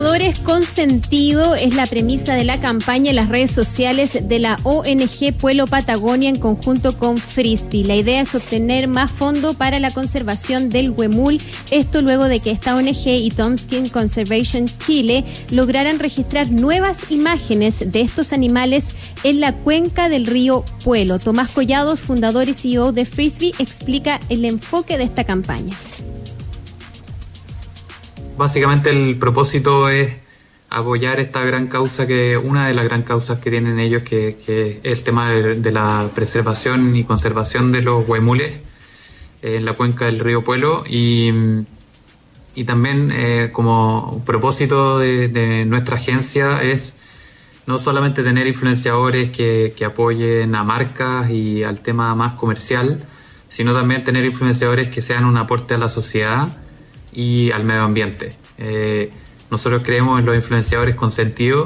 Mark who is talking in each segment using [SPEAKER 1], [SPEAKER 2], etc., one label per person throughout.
[SPEAKER 1] Pescadores con sentido es la premisa de la campaña en las redes sociales de la ONG Puelo Patagonia en conjunto con Frisbee. La idea es obtener más fondo para la conservación del huemul, esto luego de que esta ONG y Tompkins Conservation Chile lograran registrar nuevas imágenes de estos animales en la cuenca del río Puelo. Tomás Collados, fundador y CEO de Frisbee, explica el enfoque de esta campaña.
[SPEAKER 2] Básicamente el propósito es apoyar esta gran causa, una de las gran causas que tienen ellos, que es el tema de la preservación y conservación de los huemules en la cuenca del río Puelo, y también como propósito de nuestra agencia es no solamente tener influenciadores que apoyen a marcas y al tema más comercial, sino también tener influenciadores que sean un aporte a la sociedad y al medio ambiente. Nosotros creemos en los influenciadores con sentido.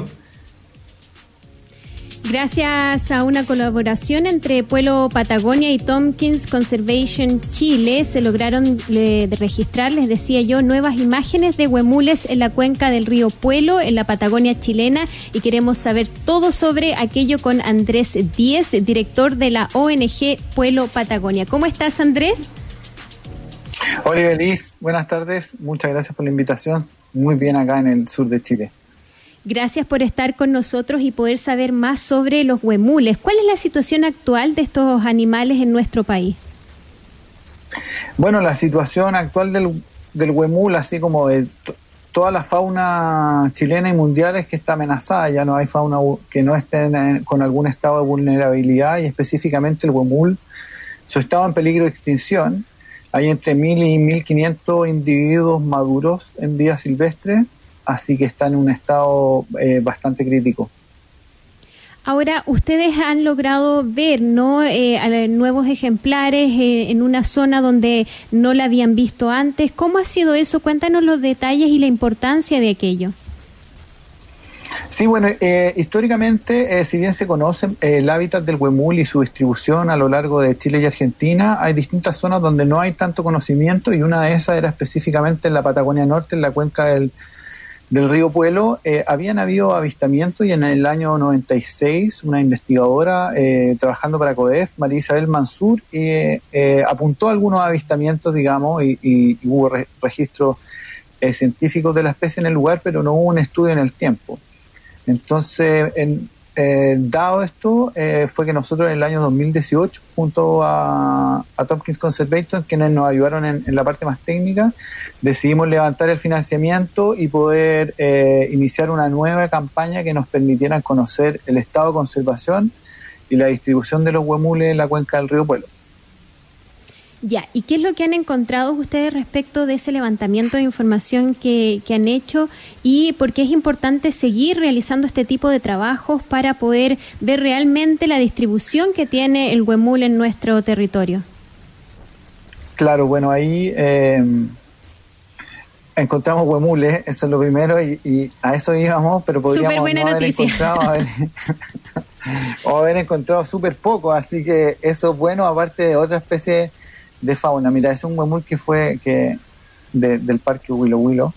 [SPEAKER 1] Gracias a una colaboración entre Puelo Patagonia y Tompkins Conservation Chile, se lograron registrar, les decía yo, nuevas imágenes de huemules en la cuenca del río Puelo, en la Patagonia chilena, y queremos saber todo sobre aquello con Andrés Díez, director de la ONG Puelo Patagonia. ¿Cómo estás, Andrés?
[SPEAKER 3] Hola, Elis, buenas tardes, muchas gracias por la invitación. Muy bien acá en el sur de Chile.
[SPEAKER 1] Gracias por estar con nosotros y poder saber más sobre los huemules. ¿Cuál es la situación actual de estos animales en nuestro país?
[SPEAKER 3] Bueno, la situación actual del huemul, así como de toda la fauna chilena y mundial, es que está amenazada. Ya no hay fauna que no esté con algún estado de vulnerabilidad, y específicamente el huemul, su estado en peligro de extinción. Hay entre 1.000 y 1.500 individuos maduros en vida silvestre, así que está en un estado bastante crítico.
[SPEAKER 1] Ahora, ustedes han logrado ver, ¿no?, nuevos ejemplares en una zona donde no la habían visto antes. ¿Cómo ha sido eso? Cuéntanos los detalles y la importancia de aquello.
[SPEAKER 3] Sí, bueno, históricamente, si bien se conoce el hábitat del huemul y su distribución a lo largo de Chile y Argentina, hay distintas zonas donde no hay tanto conocimiento, y una de esas era específicamente en la Patagonia Norte, en la cuenca del río Puelo. Habían habido avistamientos, y en el año 96 una investigadora trabajando para CODEF, María Isabel Mansur, apuntó algunos avistamientos, digamos, y hubo registros científicos de la especie en el lugar, pero no hubo un estudio en el tiempo. Entonces, dado esto, fue que nosotros en el año 2018, junto a Tompkins Conservation, quienes nos ayudaron en la parte más técnica, decidimos levantar el financiamiento y poder iniciar una nueva campaña que nos permitiera conocer el estado de conservación y la distribución de los huemules en la cuenca del río Puelo.
[SPEAKER 1] Ya, ¿y qué es lo que han encontrado ustedes respecto de ese levantamiento de información que han hecho, y por qué es importante seguir realizando este tipo de trabajos para poder ver realmente la distribución que tiene el huemul en nuestro territorio? Claro,
[SPEAKER 3] bueno, ahí encontramos huemules, eso es lo primero, y a eso íbamos, pero podríamos no haber encontrado, o haber encontrado súper poco, así que eso es bueno, aparte de otra especie de fauna. Mira, ese es un huemul que fue del parque Huilo Huilo.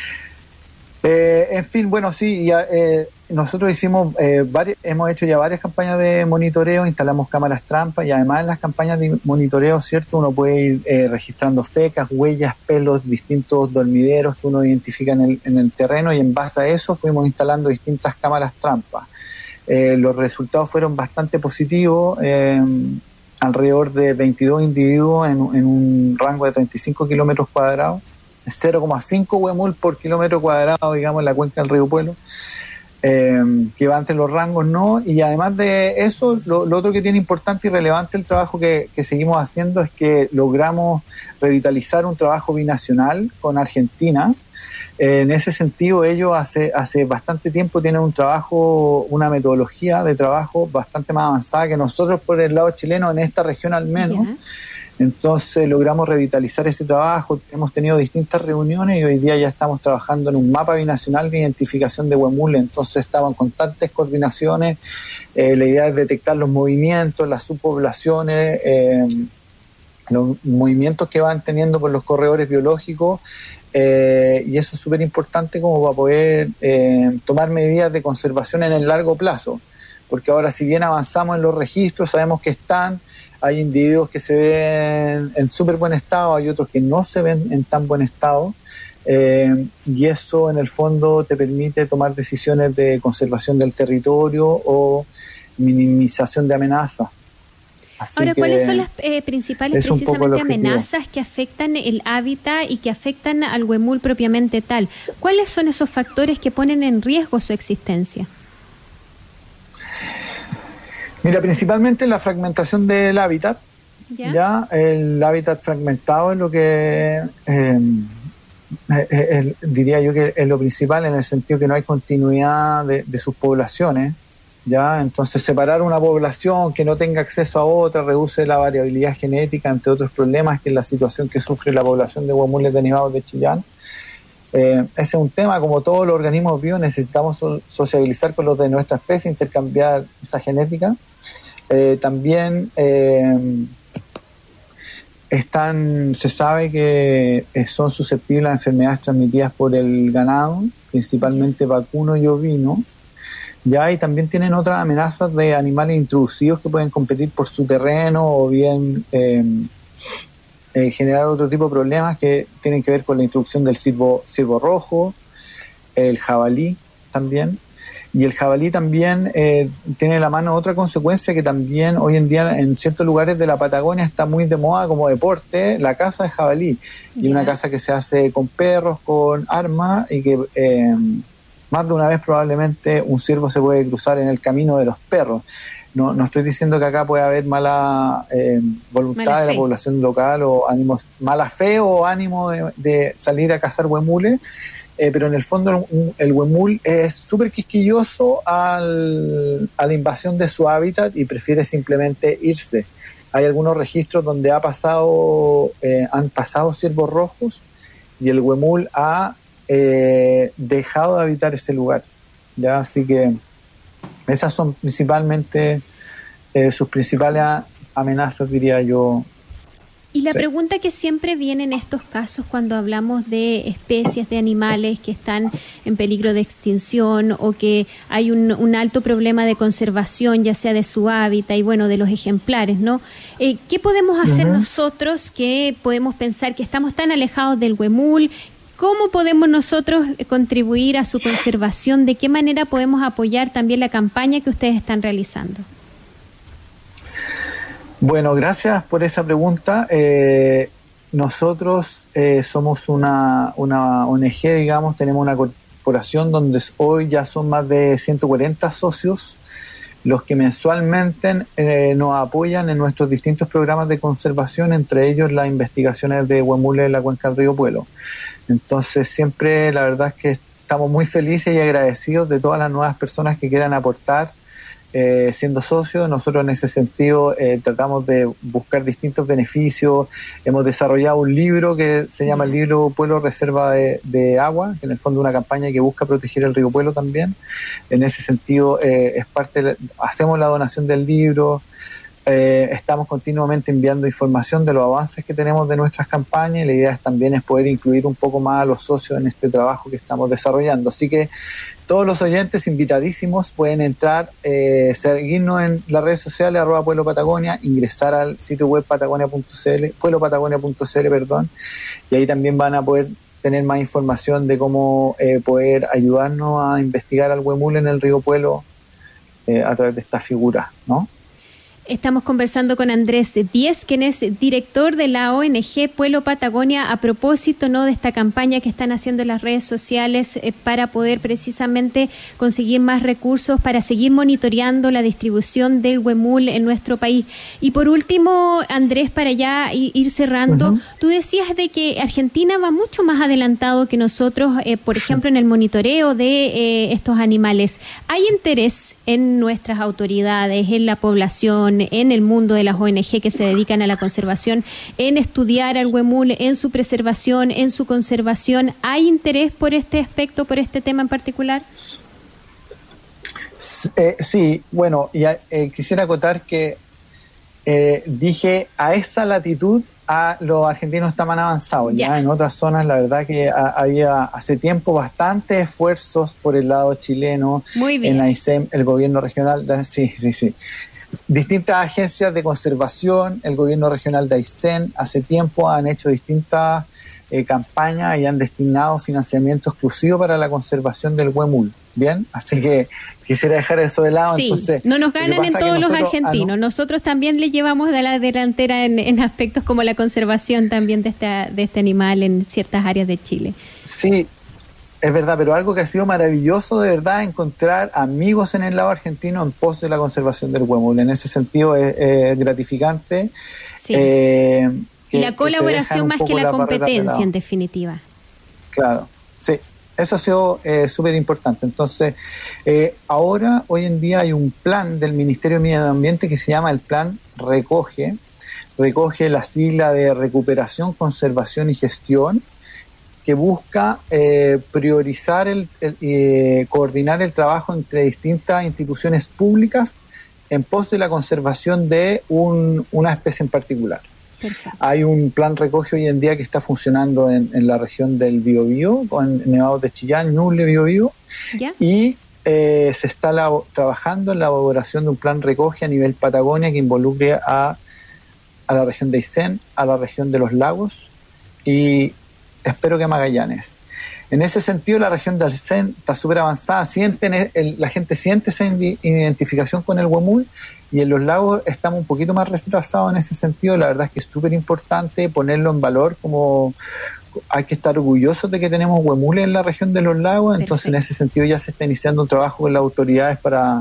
[SPEAKER 3] En fin, bueno, sí, nosotros hemos hecho ya varias campañas de monitoreo, instalamos cámaras trampa, y además en las campañas de monitoreo, ¿cierto?, uno puede ir registrando fecas, huellas, pelos, distintos dormideros que uno identifica en el terreno, y en base a eso fuimos instalando distintas cámaras trampa. Los resultados fueron bastante positivos. Alrededor de 22 individuos en un rango de 35 kilómetros cuadrados, 0,5 huemul por kilómetro cuadrado, digamos, en la cuenca del río Puelo, que va entre los rangos, ¿no? Y además de eso, lo otro que tiene importante y relevante el trabajo que seguimos haciendo es que logramos revitalizar un trabajo binacional con Argentina. En ese sentido, ellos hace bastante tiempo tienen una metodología de trabajo bastante más avanzada que nosotros por el lado chileno, en esta región al menos. Yeah. Entonces logramos revitalizar ese trabajo, hemos tenido distintas reuniones, y hoy día ya estamos trabajando en un mapa binacional de identificación de huemules. Entonces estamos en constantes coordinaciones. La idea es detectar los movimientos, las subpoblaciones, los movimientos que van teniendo por los corredores biológicos, y eso es súper importante como para poder tomar medidas de conservación en el largo plazo, porque ahora si bien avanzamos en los registros, sabemos que hay individuos que se ven en súper buen estado, hay otros que no se ven en tan buen estado, y eso en el fondo te permite tomar decisiones de conservación del territorio o minimización de amenazas. Así
[SPEAKER 1] ahora, ¿cuáles son las principales precisamente amenazas que afectan el hábitat y que afectan al huemul propiamente tal? ¿Cuáles son esos factores que ponen en riesgo su existencia?
[SPEAKER 3] Mira, principalmente la fragmentación del hábitat. ¿Ya? El hábitat fragmentado es lo que diría yo que es lo principal, en el sentido que no hay continuidad de sus poblaciones. ¿Ya? Entonces, separar una población que no tenga acceso a otra reduce la variabilidad genética, entre otros problemas, que es la situación que sufre la población de huemules de Nivaos de Chillán. Ese es un tema, como todos los organismos vivos, necesitamos sociabilizar con los de nuestra especie, intercambiar esa genética. También se sabe que son susceptibles a enfermedades transmitidas por el ganado, principalmente vacuno y ovino. Ya, y también tienen otras amenazas de animales introducidos que pueden competir por su terreno o bien generar otro tipo de problemas que tienen que ver con la introducción del ciervo rojo, el jabalí también. Y el jabalí también tiene en la mano otra consecuencia, que también hoy en día en ciertos lugares de la Patagonia está muy de moda como deporte, la caza de jabalí. Y una caza que se hace con perros, con armas, y que más de una vez probablemente un ciervo se puede cruzar en el camino de los perros. No estoy diciendo que acá pueda haber mala voluntad de la población local o mala fe o ánimo de salir a cazar huemules, pero en el fondo el huemul es súper quisquilloso a la invasión de su hábitat y prefiere simplemente irse. Hay algunos registros donde han pasado ciervos rojos y el huemul ha dejado de habitar ese lugar, ¿ya? Así que esas son principalmente sus principales amenazas, diría yo.
[SPEAKER 1] Y la pregunta que siempre viene en estos casos cuando hablamos de especies de animales que están en peligro de extinción o que hay un alto problema de conservación, ya sea de su hábitat y bueno, de los ejemplares, ¿no? ¿Qué podemos hacer nosotros que podemos pensar que estamos tan alejados del huemul? ¿Cómo podemos nosotros contribuir a su conservación? ¿De qué manera podemos apoyar también la campaña que ustedes están realizando?
[SPEAKER 3] Bueno, gracias por esa pregunta. Nosotros somos una ONG, digamos, tenemos una corporación donde hoy ya son más de 140 socios los que mensualmente nos apoyan en nuestros distintos programas de conservación, entre ellos las investigaciones de huemules en la cuenca del río Puelo. Entonces siempre la verdad es que estamos muy felices y agradecidos de todas las nuevas personas que quieran aportar siendo socios. Nosotros en ese sentido tratamos de buscar distintos beneficios. Hemos desarrollado un libro que se llama el libro Puelo Reserva de Agua, que en el fondo es una campaña que busca proteger el río Puelo también. En ese sentido hacemos la donación del libro. Estamos continuamente enviando información de los avances que tenemos de nuestras campañas, y la idea también es poder incluir un poco más a los socios en este trabajo que estamos desarrollando. Así que todos los oyentes invitadísimos pueden entrar, seguirnos en las redes sociales @Pueblo Patagonia, ingresar al sitio web pueblopatagonia.cl, y ahí también van a poder tener más información de cómo poder ayudarnos a investigar al huemul en el río Puelo a través de esta figura, ¿no?
[SPEAKER 1] Estamos conversando con Andrés Díez, quien es director de la ONG Pueblo Patagonia, a propósito, ¿no?, de esta campaña que están haciendo en las redes sociales para poder precisamente conseguir más recursos para seguir monitoreando la distribución del huemul en nuestro país. Y por último, Andrés, para ya ir cerrando, tú decías de que Argentina va mucho más adelantado que nosotros, por ejemplo, en el monitoreo de estos animales. ¿Hay interés en nuestras autoridades, en la población, en el mundo de las ONG que se dedican a la conservación, en estudiar al huemul, en su preservación, en su conservación? ¿Hay interés por este aspecto, por este tema en particular?
[SPEAKER 3] Sí, bueno, y quisiera acotar que dije, a esa latitud los argentinos estaban avanzados. Ya en otras zonas, la verdad que había hace tiempo bastantes esfuerzos por el lado chileno.
[SPEAKER 1] Muy bien.
[SPEAKER 3] En AICEM, el gobierno regional, sí. Distintas agencias de conservación, el gobierno regional de Aysén, hace tiempo han hecho distintas campañas y han destinado financiamiento exclusivo para la conservación del huemul. Bien, así que quisiera dejar eso de lado.
[SPEAKER 1] Sí,
[SPEAKER 3] entonces,
[SPEAKER 1] no nos ganan en todos los argentinos. Nosotros también le llevamos de la delantera en aspectos como la conservación también de este animal en ciertas áreas de Chile.
[SPEAKER 3] Sí, es verdad, pero algo que ha sido maravilloso de verdad, encontrar amigos en el lado argentino en pos de la conservación del huemul. En ese sentido es gratificante.
[SPEAKER 1] Sí. Y la colaboración más que la competencia, en definitiva.
[SPEAKER 3] Claro, sí. Eso ha sido súper importante. Entonces, hoy en día hay un plan del Ministerio de Medio Ambiente que se llama el Plan Recoge. Recoge la sigla de Recuperación, Conservación y Gestión, que busca priorizar coordinar el trabajo entre distintas instituciones públicas en pos de la conservación de una especie en particular.
[SPEAKER 1] Perfecto.
[SPEAKER 3] Hay un plan Recoge hoy en día que está funcionando en la región del Biobío, con Nevados de Chillán, Ñuble, Biobío, y se está trabajando en la elaboración de un plan Recoge a nivel Patagonia que involucre a la región de Aysén, a la región de los lagos y espero que Magallanes. En ese sentido, la región de Aysén está súper avanzada, la gente siente esa identificación con el huemul, y en los lagos estamos un poquito más retrasados en ese sentido. La verdad es que es súper importante ponerlo en valor, como hay que estar orgullosos de que tenemos huemules en la región de los lagos. Entonces, en ese sentido ya se está iniciando un trabajo con las autoridades para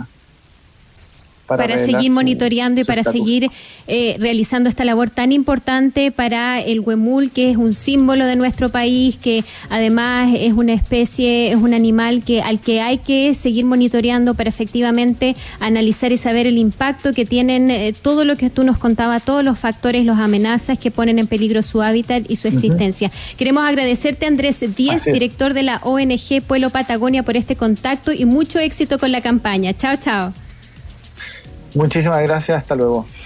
[SPEAKER 1] seguir monitoreando y para seguir realizando esta labor tan importante para el huemul, que es un símbolo de nuestro país, que además es una especie, es un animal al que hay que seguir monitoreando para efectivamente analizar y saber el impacto que tienen todo lo que tú nos contabas, todos los factores, las amenazas que ponen en peligro su hábitat y su existencia. Queremos agradecerte, Andrés Díez, director de la ONG Puelo Patagonia, por este contacto y mucho éxito con la campaña. Chao, chao.
[SPEAKER 3] Muchísimas gracias, hasta luego.